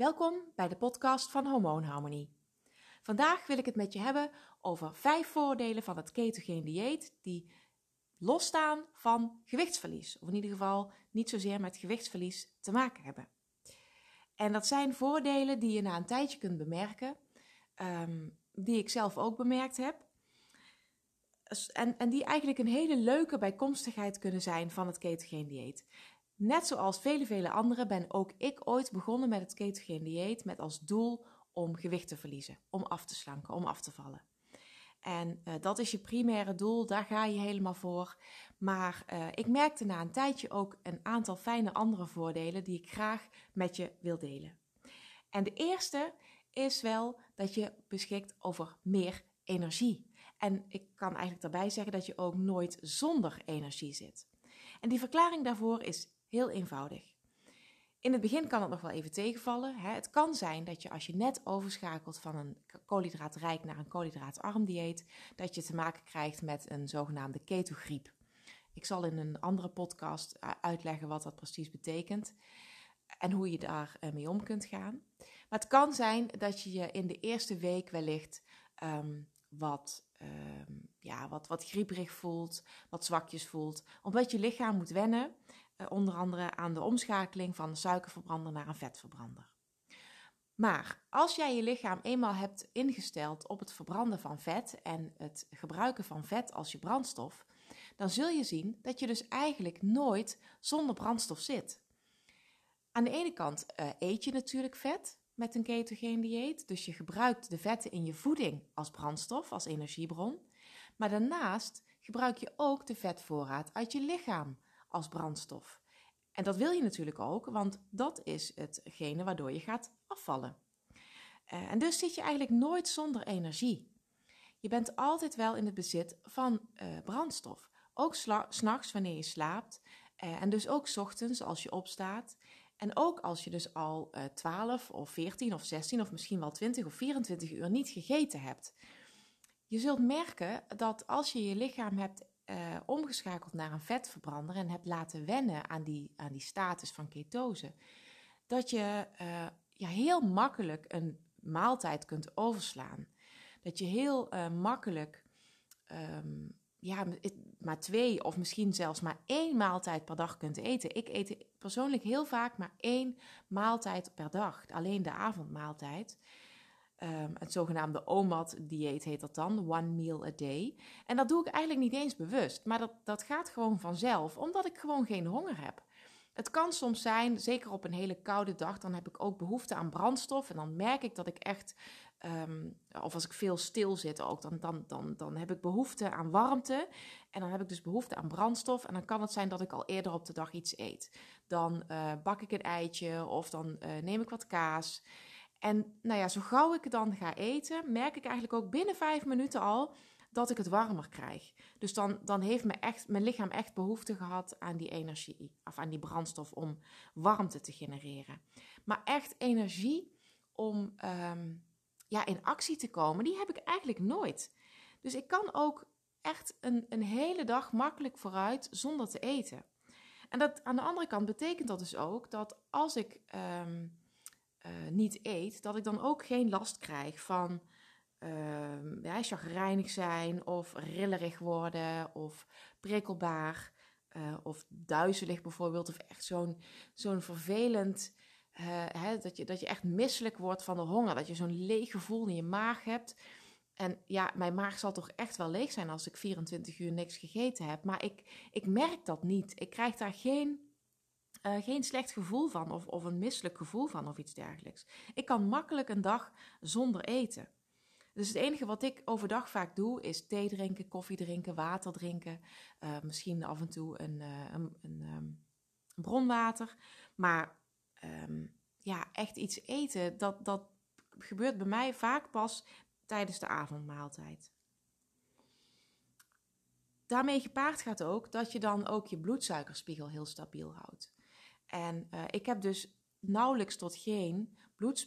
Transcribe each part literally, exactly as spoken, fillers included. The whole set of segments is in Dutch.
Welkom bij de podcast van Hormoonharmonie. Vandaag wil ik het met je hebben over vijf voordelen van het ketogeen dieet die losstaan van gewichtsverlies. Of in ieder geval niet zozeer met gewichtsverlies te maken hebben. En dat zijn voordelen die je na een tijdje kunt bemerken, um, die ik zelf ook bemerkt heb. En, en die eigenlijk een hele leuke bijkomstigheid kunnen zijn van het ketogeen dieet. Net zoals vele, vele anderen ben ook ik ooit begonnen met het ketogeen dieet met als doel om gewicht te verliezen, om af te slanken, om af te vallen. En uh, dat is je primaire doel, daar ga je helemaal voor. Maar uh, ik merkte na een tijdje ook een aantal fijne andere voordelen die ik graag met je wil delen. En de eerste is wel dat je beschikt over meer energie. En ik kan eigenlijk daarbij zeggen dat je ook nooit zonder energie zit. En die verklaring daarvoor is heel eenvoudig. In het begin kan het nog wel even tegenvallen. Hè. Het kan zijn dat je als je net overschakelt van een koolhydraatrijk naar een koolhydraatarm dieet, dat je te maken krijgt met een zogenaamde ketogriep. Ik zal in een andere podcast uitleggen wat dat precies betekent en hoe je daar mee om kunt gaan. Maar het kan zijn dat je je in de eerste week wellicht um, wat, um, ja, wat, wat grieperig voelt, wat zwakjes voelt, omdat je lichaam moet wennen. Uh, onder andere aan de omschakeling van een suikerverbrander naar een vetverbrander. Maar als jij je lichaam eenmaal hebt ingesteld op het verbranden van vet en het gebruiken van vet als je brandstof, dan zul je zien dat je dus eigenlijk nooit zonder brandstof zit. Aan de ene kant uh, eet je natuurlijk vet met een ketogeen dieet, dus je gebruikt de vetten in je voeding als brandstof, als energiebron. Maar daarnaast gebruik je ook de vetvoorraad uit je lichaam als brandstof. En dat wil je natuurlijk ook, want dat is hetgene waardoor je gaat afvallen. Uh, en dus zit je eigenlijk nooit zonder energie. Je bent altijd wel in het bezit van uh, brandstof. Ook sla- 's nachts wanneer je slaapt uh, en dus ook 's ochtends als je opstaat. En ook als je dus al uh, twaalf of veertien of zestien of misschien wel twintig of vierentwintig uur niet gegeten hebt. Je zult merken dat als je je lichaam hebt Uh, omgeschakeld naar een vetverbrander en hebt laten wennen aan die, aan die status van ketose, dat je uh, ja, heel makkelijk een maaltijd kunt overslaan. Dat je heel uh, makkelijk um, ja, maar twee of misschien zelfs maar één maaltijd per dag kunt eten. Ik eet persoonlijk heel vaak maar één maaltijd per dag, alleen de avondmaaltijd. Um, het zogenaamde O M A D-dieet heet dat dan, one meal a day. En dat doe ik eigenlijk niet eens bewust, maar dat, dat gaat gewoon vanzelf, omdat ik gewoon geen honger heb. Het kan soms zijn, zeker op een hele koude dag, dan heb ik ook behoefte aan brandstof. En dan merk ik dat ik echt, um, of als ik veel stil zit ook, dan, dan, dan, dan heb ik behoefte aan warmte. En dan heb ik dus behoefte aan brandstof. En dan kan het zijn dat ik al eerder op de dag iets eet. Dan uh, bak ik een eitje of dan uh, neem ik wat kaas. En nou ja, zo gauw ik dan ga eten, merk ik eigenlijk ook binnen vijf minuten al dat ik het warmer krijg. Dus dan, dan heeft mijn, echt, mijn lichaam echt behoefte gehad aan die energie, of aan die brandstof om warmte te genereren. Maar echt energie om um, ja, in actie te komen, die heb ik eigenlijk nooit. Dus ik kan ook echt een, een hele dag makkelijk vooruit zonder te eten. En dat, aan de andere kant betekent dat dus ook dat als ik Um, Uh, niet eet, dat ik dan ook geen last krijg van uh, ja, chagrijnig zijn of rillerig worden of prikkelbaar uh, of duizelig bijvoorbeeld of echt zo'n, zo'n vervelend, uh, hè, dat, je, dat je echt misselijk wordt van de honger, dat je zo'n leeg gevoel in je maag hebt. En ja, mijn maag zal toch echt wel leeg zijn als ik vierentwintig uur niks gegeten heb, maar ik, ik merk dat niet. Ik krijg daar geen Uh, geen slecht gevoel van of, of een misselijk gevoel van of iets dergelijks. Ik kan makkelijk een dag zonder eten. Dus het enige wat ik overdag vaak doe is thee drinken, koffie drinken, water drinken. Uh, misschien af en toe een, uh, een, een, um, een bronwater. Maar um, ja, echt iets eten, dat, dat gebeurt bij mij vaak pas tijdens de avondmaaltijd. Daarmee gepaard gaat ook dat je dan ook je bloedsuikerspiegel heel stabiel houdt. En uh, ik heb dus nauwelijks tot geen bloeds,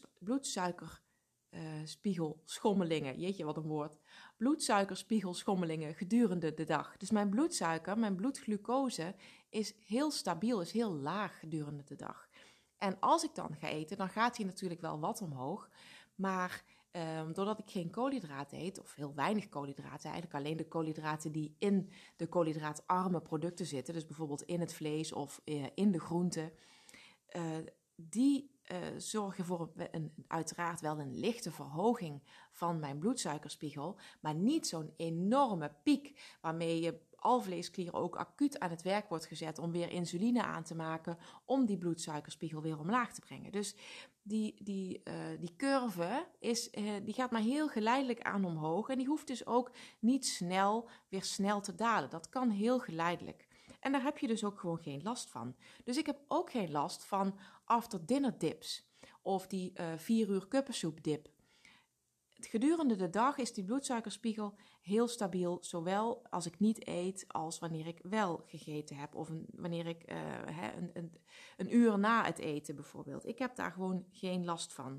bloedsuikerspiegelschommelingen, uh, jeetje wat een woord, bloedsuikerspiegelschommelingen gedurende de dag. Dus mijn bloedsuiker, mijn bloedglucose is heel stabiel, is heel laag gedurende de dag. En als ik dan ga eten, dan gaat hij natuurlijk wel wat omhoog. Maar um, doordat ik geen koolhydraten eet, of heel weinig koolhydraten, eigenlijk alleen de koolhydraten die in de koolhydraatarme producten zitten, dus bijvoorbeeld in het vlees of uh, in de groenten, uh, die uh, zorgen voor een, een, uiteraard wel een lichte verhoging van mijn bloedsuikerspiegel, maar niet zo'n enorme piek waarmee je alvleesklier ook acuut aan het werk wordt gezet om weer insuline aan te maken om die bloedsuikerspiegel weer omlaag te brengen. Dus die, die, uh, die curve is, uh, die gaat maar heel geleidelijk aan omhoog en die hoeft dus ook niet snel weer snel te dalen. Dat kan heel geleidelijk. En daar heb je dus ook gewoon geen last van. Dus ik heb ook geen last van after dinner dips of die uh, vier uur kuppensoep dip. Gedurende de dag is die bloedsuikerspiegel heel stabiel, zowel als ik niet eet als wanneer ik wel gegeten heb of een, wanneer ik uh, he, een, een, een uur na het eten bijvoorbeeld. Ik heb daar gewoon geen last van.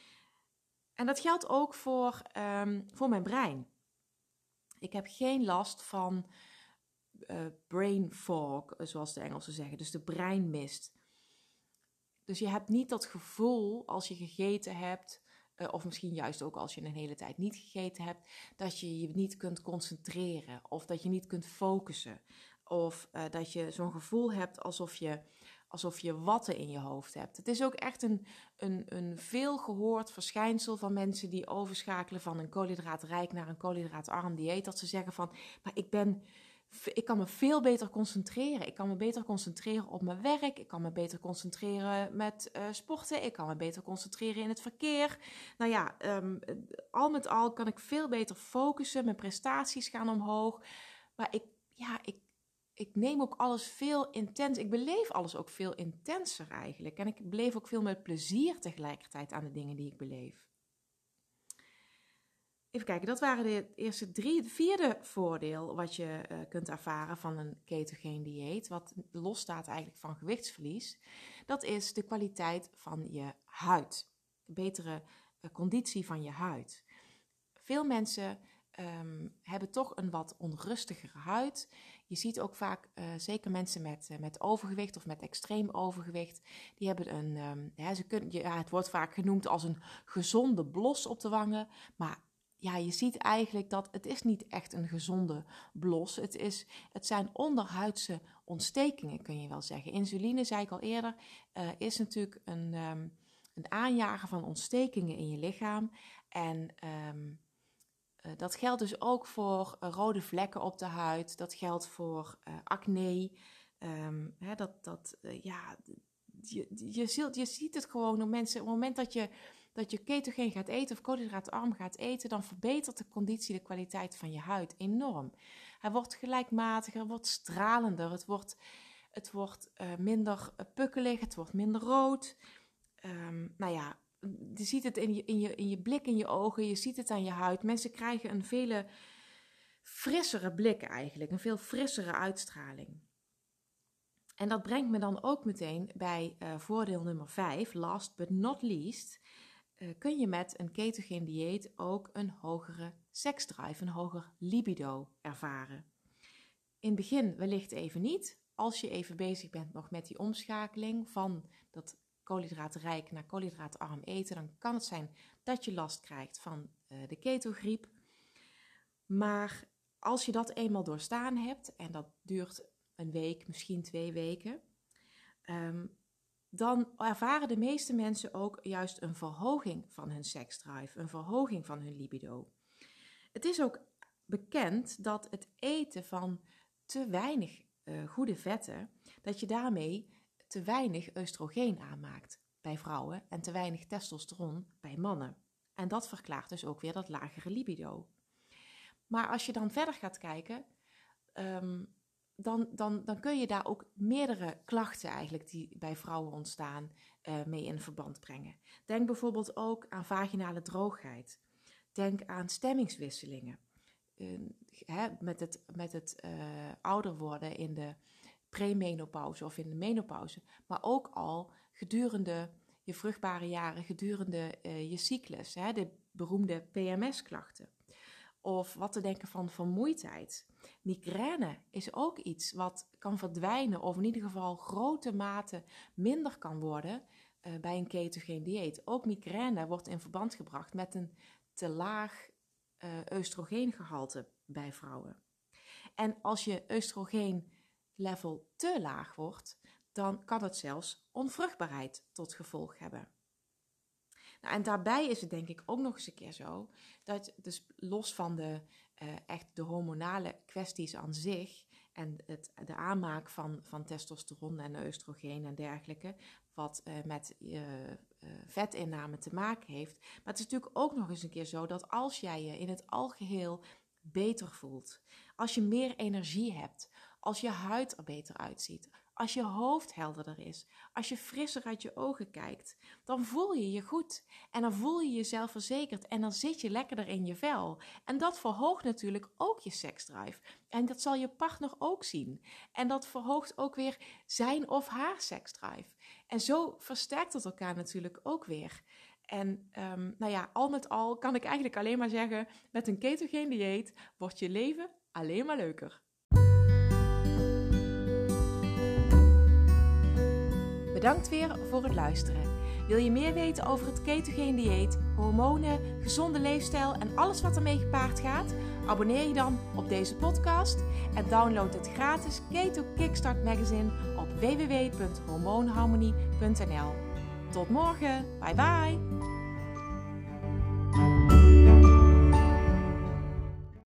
En dat geldt ook voor, um, voor mijn brein. Ik heb geen last van uh, brain fog, zoals de Engelsen zeggen, dus de breinmist. Dus je hebt niet dat gevoel als je gegeten hebt, Uh, of misschien juist ook als je een hele tijd niet gegeten hebt, dat je je niet kunt concentreren of dat je niet kunt focussen. Of uh, dat je zo'n gevoel hebt alsof je, alsof je watten in je hoofd hebt. Het is ook echt een, een, een veel gehoord verschijnsel van mensen die overschakelen van een koolhydraatrijk naar een koolhydraatarm dieet. Dat ze zeggen van, maar ik ben... Ik kan me veel beter concentreren. Ik kan me beter concentreren op mijn werk. Ik kan me beter concentreren met uh, sporten. Ik kan me beter concentreren in het verkeer. Nou ja, um, al met al kan ik veel beter focussen. Mijn prestaties gaan omhoog. Maar ik, ja, ik, ik neem ook alles veel intens. Ik beleef alles ook veel intenser eigenlijk. En ik beleef ook veel met plezier tegelijkertijd aan de dingen die ik beleef. Even kijken, dat waren de eerste drie. Het vierde voordeel wat je uh, kunt ervaren van een ketogeen dieet, wat losstaat eigenlijk van gewichtsverlies, dat is de kwaliteit van je huid. De betere uh, conditie van je huid. Veel mensen um, hebben toch een wat onrustigere huid. Je ziet ook vaak, uh, zeker mensen met, uh, met overgewicht of met extreem overgewicht, die hebben een, um, ja, ze kunnen, ja, het wordt vaak genoemd als een gezonde blos op de wangen, maar ja, je ziet eigenlijk dat het is niet echt een gezonde blos. Het, is, het zijn onderhuidse ontstekingen, kun je wel zeggen. Insuline, zei ik al eerder, uh, is natuurlijk een, um, een aanjager van ontstekingen in je lichaam. En um, uh, dat geldt dus ook voor uh, rode vlekken op de huid. Dat geldt voor uh, acne. Um, hè, dat, dat, uh, ja, je, je, ziet, je ziet het gewoon op mensen. Op het moment dat je... dat je ketogeen gaat eten of koolhydraatarm gaat eten, dan verbetert de conditie, de kwaliteit van je huid enorm. Hij wordt gelijkmatiger, het wordt stralender, het wordt, het wordt uh, minder pukkelig, het wordt minder rood. Um, nou ja, je ziet het in je, in, je, in je blik, in je ogen, je ziet het aan je huid. Mensen krijgen een veel frissere blik eigenlijk, een veel frissere uitstraling. En dat brengt me dan ook meteen bij uh, voordeel nummer vijf, last but not least. Uh, kun je met een ketogeen dieet ook een hogere seksdrive, een hoger libido ervaren. In het begin wellicht even niet. Als je even bezig bent nog met die omschakeling van dat koolhydraatrijk naar koolhydraatarm eten, dan kan het zijn dat je last krijgt van uh, de ketogriep. Maar als je dat eenmaal doorstaan hebt, en dat duurt een week, misschien twee weken, um, dan ervaren de meeste mensen ook juist een verhoging van hun seksdrive, een verhoging van hun libido. Het is ook bekend dat het eten van te weinig uh, goede vetten, dat je daarmee te weinig oestrogeen aanmaakt bij vrouwen en te weinig testosteron bij mannen. En dat verklaart dus ook weer dat lagere libido. Maar als je dan verder gaat kijken, um, Dan, dan, dan kun je daar ook meerdere klachten eigenlijk die bij vrouwen ontstaan uh, mee in verband brengen. Denk bijvoorbeeld ook aan vaginale droogheid. Denk aan stemmingswisselingen. Uh, hè, met het, met het uh, ouder worden in de premenopauze of in de menopauze. Maar ook al gedurende je vruchtbare jaren, gedurende uh, je cyclus. Hè, de beroemde P M S-klachten. Of wat te denken van vermoeidheid. Migraine is ook iets wat kan verdwijnen of in ieder geval grote mate minder kan worden uh, bij een ketogeen dieet. Ook migraine wordt in verband gebracht met een te laag uh, oestrogeengehalte bij vrouwen. En als je oestrogeen level te laag wordt, dan kan het zelfs onvruchtbaarheid tot gevolg hebben. Nou, en daarbij is het denk ik ook nog eens een keer zo, dat dus los van de, uh, echt de hormonale kwesties aan zich en het, de aanmaak van, van testosteron en oestrogeen en dergelijke, wat uh, met uh, uh, vetinname te maken heeft. Maar het is natuurlijk ook nog eens een keer zo dat als jij je in het algeheel beter voelt, als je meer energie hebt, als je huid er beter uitziet, als je hoofd helderder is, als je frisser uit je ogen kijkt, dan voel je je goed en dan voel je jezelf verzekerd en dan zit je lekkerder in je vel. En dat verhoogt natuurlijk ook je seksdrive en dat zal je partner ook zien. En dat verhoogt ook weer zijn of haar seksdrive. En zo versterkt het elkaar natuurlijk ook weer. En um, nou ja, al met al kan ik eigenlijk alleen maar zeggen, met een ketogeen dieet wordt je leven alleen maar leuker. Bedankt weer voor het luisteren. Wil je meer weten over het ketogeen dieet, hormonen, gezonde leefstijl en alles wat ermee gepaard gaat? Abonneer je dan op deze podcast en download het gratis Keto Kickstart magazine op w w w punt hormoonharmonie punt n l. Tot morgen, bye bye!